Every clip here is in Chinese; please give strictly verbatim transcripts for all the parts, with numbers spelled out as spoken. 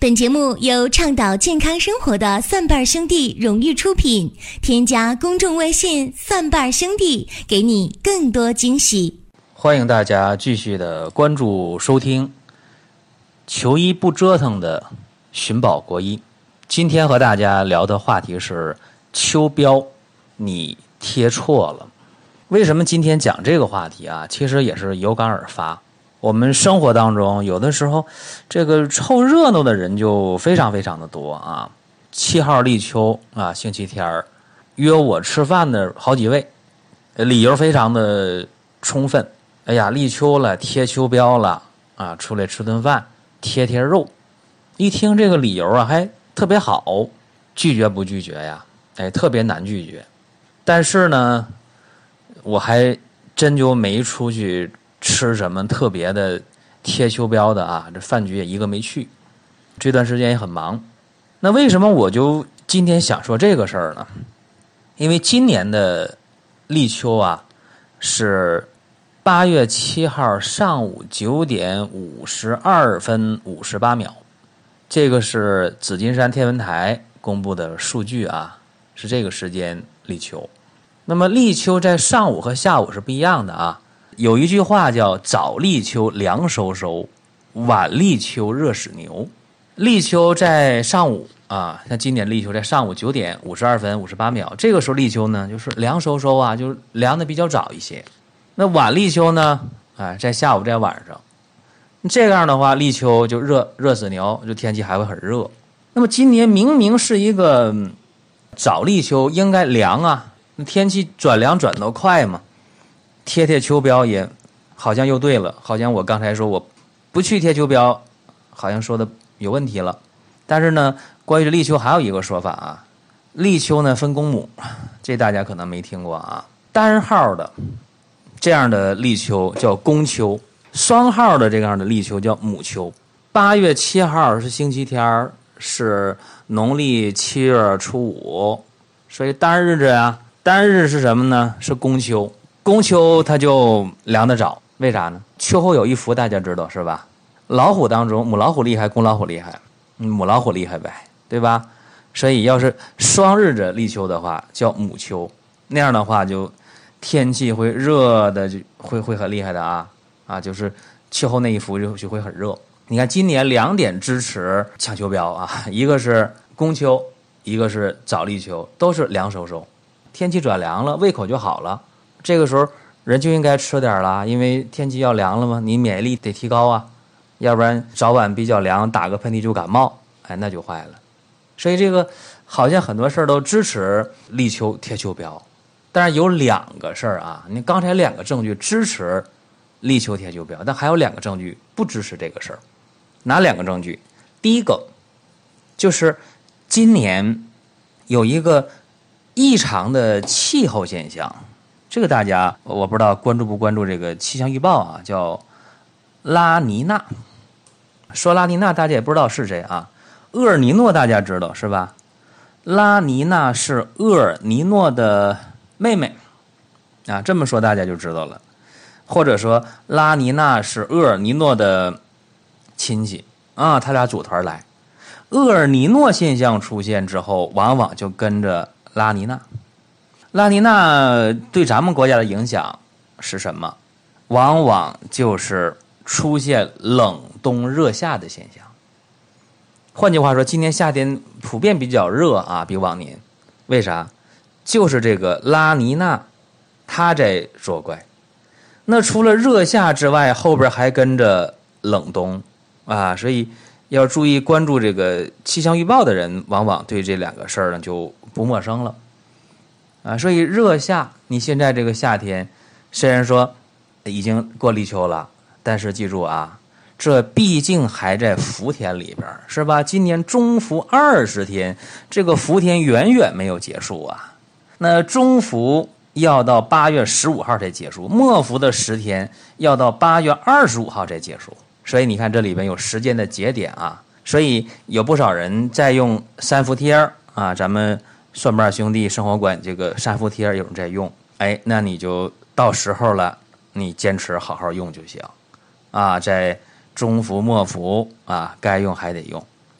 本节目由倡导健康生活的蒜瓣兄弟荣誉出品，添加公众微信蒜瓣兄弟，给你更多惊喜。 欢迎大家继续的关注收听求医不折腾的寻宝国医。今天和大家聊的话题是秋膘，你贴错了。为什么今天讲这个话题啊？其实也是有感而发。我们生活当中有的时候这个凑热闹的人就非常非常的多啊。七号立秋啊，星期天约我吃饭的好几位，理由非常的充分。哎呀，立秋了，贴秋膘了啊，出来吃顿饭，贴贴肉。一听这个理由啊，还特别好，拒绝不拒绝呀？哎，特别难拒绝。但是呢，我还真就没出去吃什么特别的贴秋膘的啊，这饭局也一个没去，这段时间也很忙。那为什么我就今天想说这个事儿呢？因为今年的立秋啊是八月七号上午九点五十二分五十八秒，这个是紫金山天文台公布的数据啊，是这个时间立秋。那么立秋在上午和下午是不一样的啊。有一句话叫早立秋凉飕飕，晚立秋热死牛。立秋在上午啊，像今年立秋在上午九点五十二分五十八秒，这个时候立秋呢就是凉飕飕啊，就是凉的比较早一些。那晚立秋呢，哎，在下午在晚上，这样的话立秋就热热死牛，就天气还会很热。那么今年明明是一个早立秋，应该凉啊，天气转凉转得快嘛。贴贴秋膘也好像又对了，好像我刚才说我不去贴秋膘，好像说的有问题了。但是呢，关于立秋还有一个说法啊，立秋呢分公母，这大家可能没听过啊。单号的这样的立秋叫公秋，双号的这样的立秋叫母秋。八月七号是星期天，是农历七月初五，所以单日子啊，单日是什么呢？是公秋。公秋它就凉得早，为啥呢？秋后有一伏，大家知道是吧？老虎当中，母老虎厉害，公老虎厉害，母老虎厉害呗，对吧？所以要是双日子立秋的话，叫母秋，那样的话就天气会热的，就会会很厉害的啊啊，就是秋后那一伏就就会很热。你看今年两点支持抢秋膘啊，一个是公秋，一个是早立秋，都是凉飕飕，天气转凉了，胃口就好了。这个时候人就应该吃点了，因为天气要凉了嘛，你免疫力得提高啊，要不然早晚比较凉，打个喷嚏就感冒，哎，那就坏了。所以这个好像很多事儿都支持立秋贴秋膘，但是有两个事儿啊，你刚才两个证据支持立秋贴秋膘，但还有两个证据不支持这个事儿。哪两个证据？第一个就是今年有一个异常的气候现象。这个大家我不知道关注不关注这个气象预报啊，叫拉尼娜。说拉尼娜大家也不知道是谁啊，厄尔尼诺大家知道是吧？拉尼娜是厄尔尼诺的妹妹啊，这么说大家就知道了。或者说拉尼娜是厄尔尼诺的亲戚啊，他俩组团来。厄尔尼诺现象出现之后，往往就跟着拉尼娜。拉尼娜对咱们国家的影响是什么？往往就是出现冷冬热夏的现象。换句话说，今年夏天普遍比较热啊，比往年。为啥？就是这个拉尼娜她在作怪。那除了热夏之外，后边还跟着冷冬啊，所以要注意关注这个气象预报的人，往往对这两个事儿呢就不陌生了。啊，所以热夏，你现在这个夏天，虽然说已经过立秋了，但是记住啊，这毕竟还在伏天里边，是吧？今年中伏二十天，这个伏天远远没有结束啊。那中伏要到八月十五号才结束，末伏的十天要到八月二十五号才结束。所以你看这里边有时间的节点啊，所以有不少人在用三伏贴啊，咱们蒜瓣兄弟生活馆这个三伏贴有人在用，哎，那你就到时候了，你坚持好好用就行啊，在中伏末伏啊，该用还得用。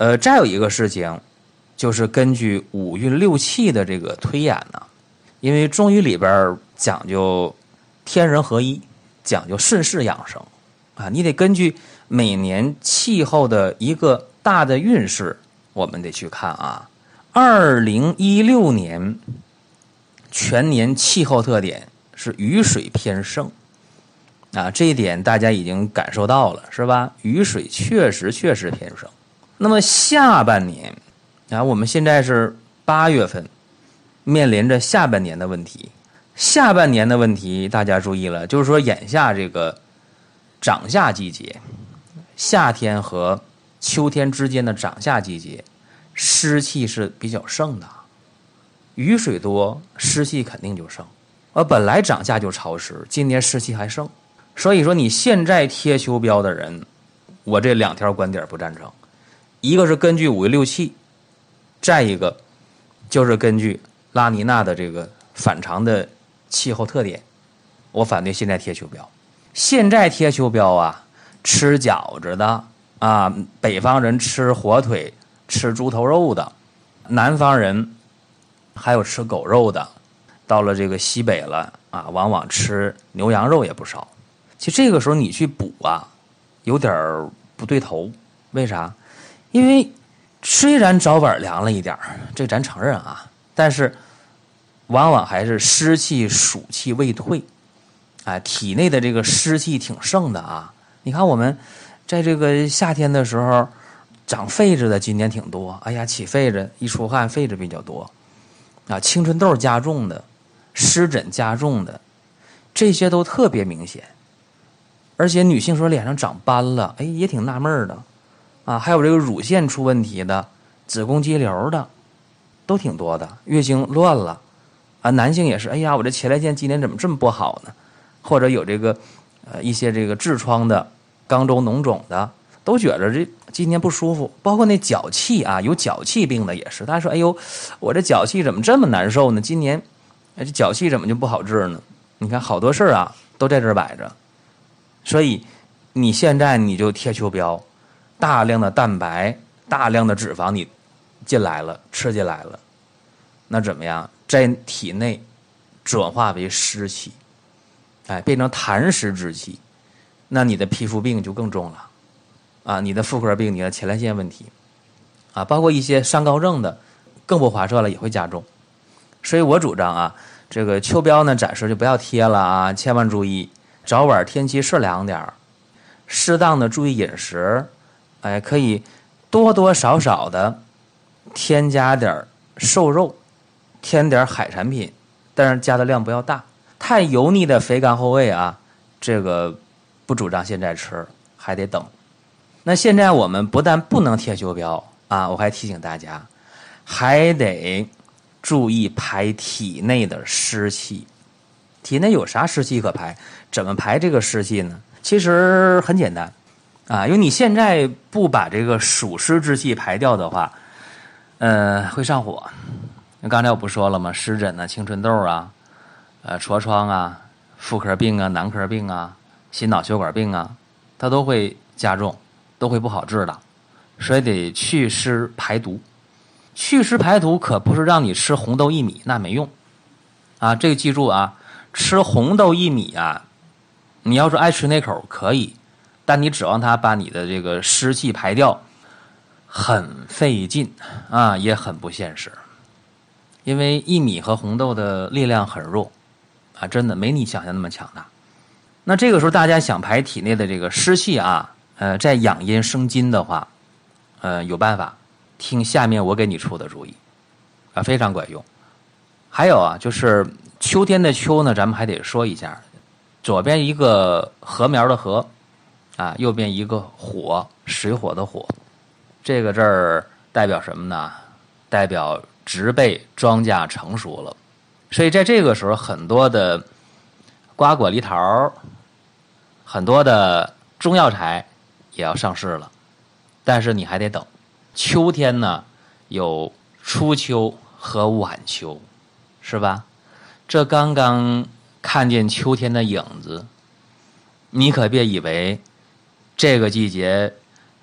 呃，再有一个事情，就是根据五运六气的这个推演呢，因为中医里边讲究天人合一，讲究顺势养生啊，你得根据每年气候的一个大的运势，我们得去看啊。二零一六年全年气候特点是雨水偏盛啊，这一点大家已经感受到了，是吧？雨水确实确实偏盛。那么下半年啊，我们现在是八月份，面临着下半年的问题。下半年的问题大家注意了，就是说眼下这个长夏季节，夏天和秋天之间的长夏季节，湿气是比较盛的，雨水多，湿气肯定就盛。而本来长夏就潮湿，今年湿气还盛，所以说你现在贴秋膘的人，我这两条观点不赞成。一个是根据五运六气，再一个就是根据拉尼娜的这个反常的气候特点，我反对现在贴秋膘。现在贴秋膘啊，吃饺子的啊，北方人吃火腿、吃猪头肉的，南方人还有吃狗肉的，到了这个西北了啊，往往吃牛羊肉也不少。其实这个时候你去补啊，有点不对头。为啥？因为虽然早晚凉了一点，这咱承认啊，但是往往还是湿气暑气未退，哎，体内的这个湿气挺盛的啊。你看我们在这个夏天的时候，长痱子的今年挺多，哎呀，起痱子一出汗痱子比较多啊，青春痘加重的，湿疹加重的，这些都特别明显。而且女性说脸上长斑了，哎，也挺纳闷的啊。还有这个乳腺出问题的，子宫肌瘤的，都挺多的。月经乱了啊，男性也是，哎呀，我这前列腺今年怎么这么不好呢？或者有这个呃一些这个痔疮的、肛周脓肿的，都觉得这今年不舒服。包括那脚气啊，有脚气病的也是，他说，哎呦，我这脚气怎么这么难受呢？今年哎，这脚气怎么就不好治呢？你看好多事儿啊，都在这儿摆着。所以你现在你就贴秋膘，大量的蛋白、大量的脂肪你进来了，吃进来了，那怎么样？在体内转化为湿气，哎，变成痰湿之气，那你的皮肤病就更重了啊！你的妇科病、你的前列腺问题啊，包括一些三高症的，更不划算了，也会加重。所以我主张啊，这个秋膘呢，暂时就不要贴了啊，千万注意，早晚天气适凉点儿，适当的注意饮食，哎，可以多多少少的添加点瘦肉，添点海产品，但是加的量不要大。太油腻的肥甘厚味啊，这个不主张现在吃，还得等。那现在我们不但不能贴秋膘啊，我还提醒大家，还得注意排体内的湿气。体内有啥湿气可排？怎么排这个湿气呢？其实很简单啊，因为你现在不把这个暑湿之气排掉的话，呃，会上火。刚才我不说了吗？湿疹啊、青春痘啊、呃痤疮啊、妇科病啊、男科病啊、心脑血管病啊，它都会加重，都会不好治的。所以得祛湿排毒。祛湿排毒可不是让你吃红豆薏米，那没用啊！这个记住啊，吃红豆薏米啊，你要是爱吃那口可以，但你指望它把你的这个湿气排掉，很费劲啊，也很不现实。因为薏米和红豆的力量很弱啊，真的没你想象那么强大。那这个时候大家想排体内的这个湿气啊，呃，在养阴生津的话，呃，有办法。听下面我给你出的主意啊，非常管用。还有啊，就是秋天的秋呢，咱们还得说一下，左边一个禾苗的禾啊，右边一个火，水火的火，这个字儿代表什么呢？代表植被庄稼成熟了。所以在这个时候，很多的瓜果梨桃，很多的中药材也要上市了，但是你还得等。秋天呢，有初秋和晚秋，是吧？这刚刚看见秋天的影子，你可别以为这个季节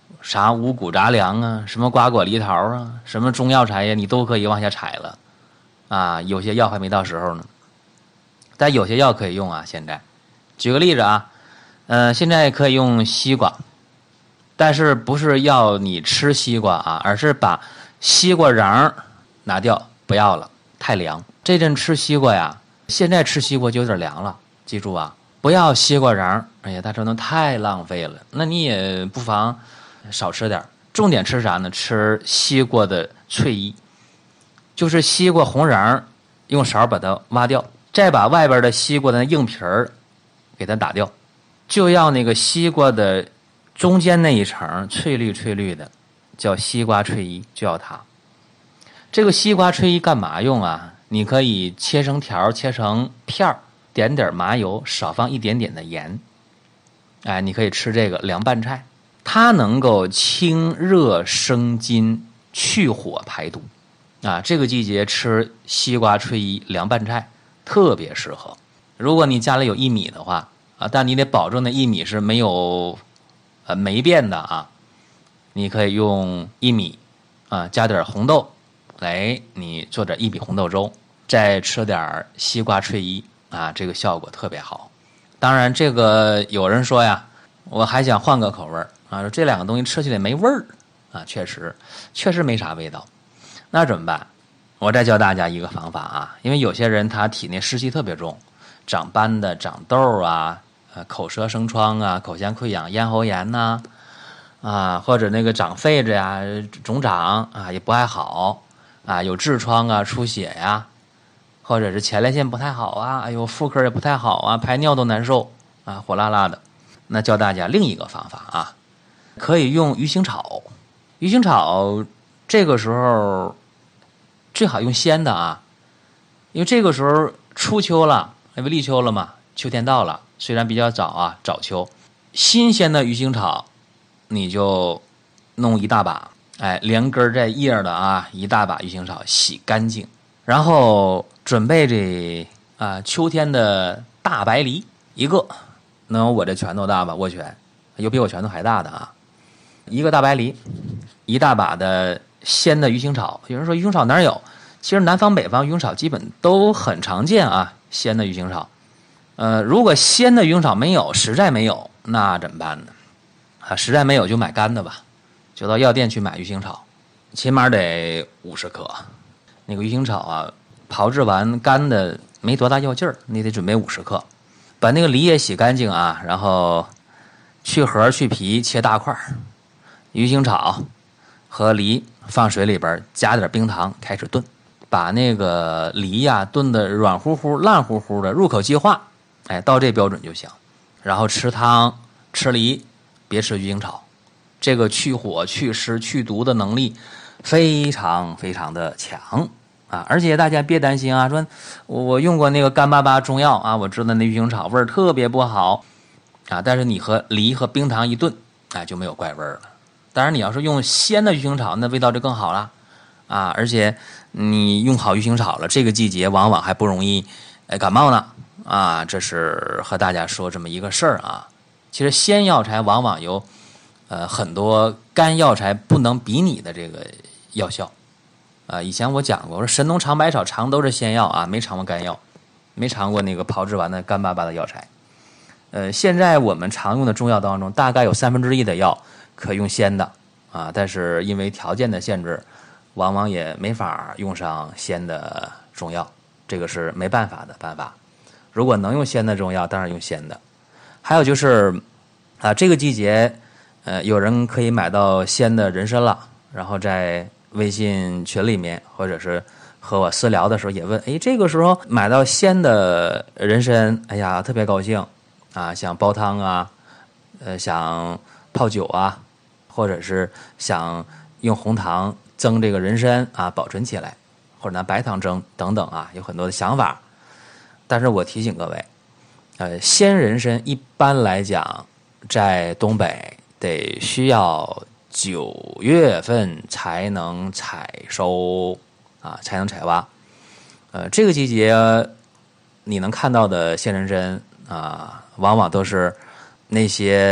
啥五谷杂粮啊，什么瓜果梨桃啊，什么中药材呀，你都可以往下采了啊。有些药还没到时候呢，但有些药可以用啊。现在举个例子啊，呃，现在可以用西瓜，但是不是要你吃西瓜啊，而是把西瓜瓤拿掉，不要了，太凉。这阵吃西瓜呀，现在吃西瓜就有点凉了，记住啊，不要西瓜瓤。哎呀，大家说那太浪费了，那你也不妨少吃点。重点吃啥呢？吃西瓜的脆衣，就是西瓜红瓤，用勺把它挖掉，再把外边的西瓜的硬皮儿给它打掉，就要那个西瓜的中间那一层翠绿翠绿的，叫西瓜脆衣，就要它。这个西瓜脆衣干嘛用啊？你可以切成条，切成片儿，点点麻油，少放一点点的盐。哎，你可以吃这个凉拌菜，它能够清热生津、去火排毒。啊，这个季节吃西瓜脆衣凉拌菜特别适合。如果你家里有薏米的话啊，但你得保证那薏米是没有呃霉变的啊。你可以用薏米啊，加点红豆。来，你做点薏米红豆粥，再吃点西瓜脆衣啊，这个效果特别好。当然，这个有人说呀，我还想换个口味啊，说这两个东西吃起来没味儿啊，确实，确实没啥味道。那怎么办？我再教大家一个方法啊，因为有些人他体内湿气特别重，长斑的、长痘啊，呃，口舌生疮啊，口腔溃疡、咽喉炎呐、啊，啊，或者那个长痱子呀、肿长啊，也不爱好。啊，有痔疮啊，出血呀，或者是前列腺不太好啊，哎呦，妇科也不太好啊，排尿都难受啊，火辣辣的。那教大家另一个方法啊，可以用鱼腥草。鱼腥草这个时候最好用鲜的啊，因为这个时候初秋了，因为立秋了嘛，秋天到了，虽然比较早啊，早秋，新鲜的鱼腥草你就弄一大把。哎，连根带叶的啊，一大把鱼腥草洗干净，然后准备这啊秋天的大白梨一个，能有我这拳头大吧？握拳，有比我拳头还大的啊！一个大白梨，一大把的鲜的鱼腥草。有人说鱼腥草哪有？其实南方北方鱼腥草基本都很常见啊，鲜的鱼腥草。呃，如果鲜的鱼腥草没有，实在没有，那怎么办呢？啊，实在没有就买干的吧。就到药店去买鱼腥草，起码得五十克。那个鱼腥草啊，炮制完干的没多大药劲儿，你得准备五十克。把那个梨也洗干净啊，然后去核去皮，切大块。鱼腥草和梨放水里边，加点冰糖，开始炖。把那个梨呀、啊、炖的软乎乎、烂乎乎的，入口即化。哎，到这标准就行。然后吃汤吃梨，别吃鱼腥草。这个去火、去湿、去毒的能力非常非常的强啊！而且大家别担心啊，说我用过那个干巴巴中药啊，我知道那鱼腥草味儿特别不好啊，但是你和梨和冰糖一炖，哎，就没有怪味儿了。当然，你要是用鲜的鱼腥草，那味道就更好了啊！而且你用好鱼腥草了，这个季节往往还不容易哎感冒呢啊！这是和大家说这么一个事儿啊。其实鲜药材往往有。呃，很多干药材不能比拟的这个药效，啊、呃，以前我讲过，我说神农尝百草尝都是鲜药啊，没尝过干药，没尝过那个炮制完的干巴巴的药材。呃，现在我们常用的中药当中，大概有三分之一的药可用鲜的啊，但是因为条件的限制，往往也没法用上鲜的中药，这个是没办法的办法。如果能用鲜的中药，当然用鲜的。还有就是啊，这个季节。呃，有人可以买到鲜的人参了，然后在微信群里面，或者是和我私聊的时候也问，哎，这个时候买到鲜的人参，哎呀，特别高兴啊，想煲汤啊，呃，想泡酒啊，或者是想用红糖蒸这个人参啊，保存起来，或者拿白糖蒸等等啊，有很多的想法。但是我提醒各位，呃，鲜人参一般来讲，在东北。得需要九月份才能采收啊，才能采挖。呃，这个季节你能看到的鲜人参啊，往往都是那些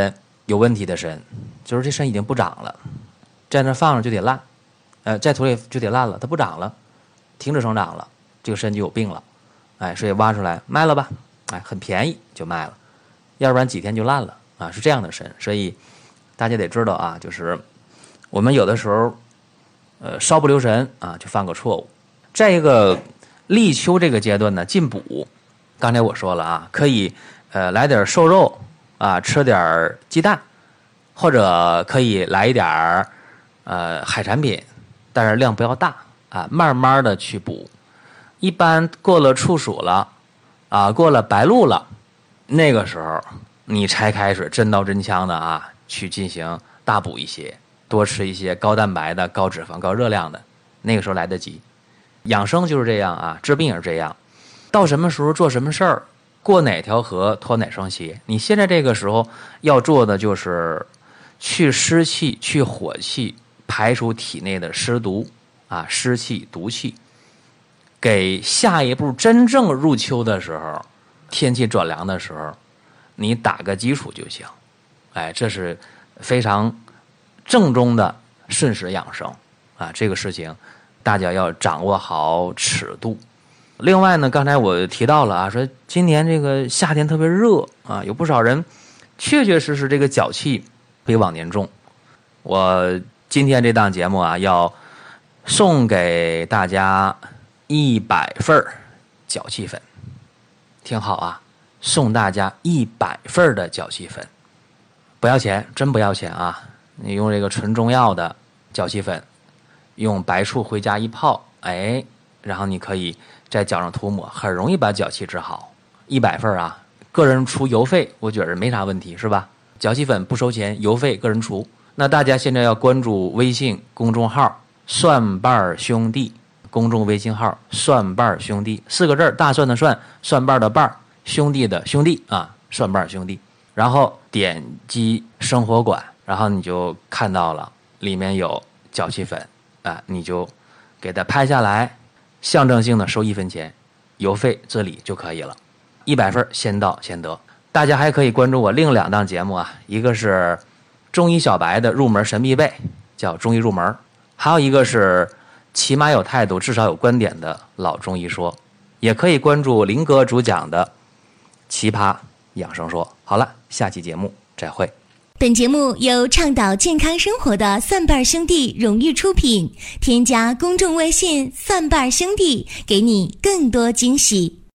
有问题的参，就是这参已经不长了，在那放着就得烂，呃，在土里就得烂了，它不长了，停止生长了，这个参就有病了，哎，所以挖出来卖了吧，哎，很便宜就卖了，要不然几天就烂了啊，是这样的参。所以大家得知道啊，就是我们有的时候，呃，稍不留神啊，就犯个错误。再一个，立秋这个阶段呢，进补，刚才我说了啊，可以呃来点瘦肉啊，吃点鸡蛋，或者可以来一点呃海产品，但是量不要大啊，慢慢的去补。一般过了处暑了啊，过了白露了，那个时候你才开始真刀真枪的啊去进行大补一些，多吃一些高蛋白的、高脂肪、高热量的，那个时候来得及。养生就是这样啊，治病也是这样，到什么时候做什么事儿，过哪条河脱哪双鞋。你现在这个时候要做的就是去湿气、去火气，排除体内的湿毒啊、湿气、毒气，给下一步真正入秋的时候，天气转凉的时候，你打个基础就行。哎，这是非常正宗的顺时养生啊，这个事情大家要掌握好尺度。另外呢，刚才我提到了啊，说今年这个夏天特别热啊，有不少人确确实实这个脚气比往年重。我今天这档节目啊，要送给大家一百份脚气粉，听好啊，送大家一百份的脚气粉，不要钱，真不要钱啊！你用这个纯中药的脚气粉，用白醋回家一泡，哎，然后你可以在脚上涂抹，很容易把脚气治好。一百份啊，个人出邮费，我觉得没啥问题，是吧？脚气粉不收钱，邮费个人出。那大家现在要关注微信公众号“蒜瓣兄弟”，公众微信号“蒜瓣兄弟”四个字，大蒜的蒜，蒜瓣的瓣，兄弟的兄弟啊，蒜瓣兄弟。然后点击生活馆，然后你就看到了里面有脚气粉啊，你就给它拍下来，象征性的收一分钱，邮费这里就可以了。一百份先到先得。大家还可以关注我另两档节目啊，一个是中医小白的入门神必备，叫中医入门，还有一个是起码有态度至少有观点的老中医说，也可以关注林哥主讲的奇葩养生说。好了，下期节目再会。 本节目由倡导健康生活的蒜瓣兄弟荣誉出品，添加公众微信蒜瓣兄弟，给你更多惊喜。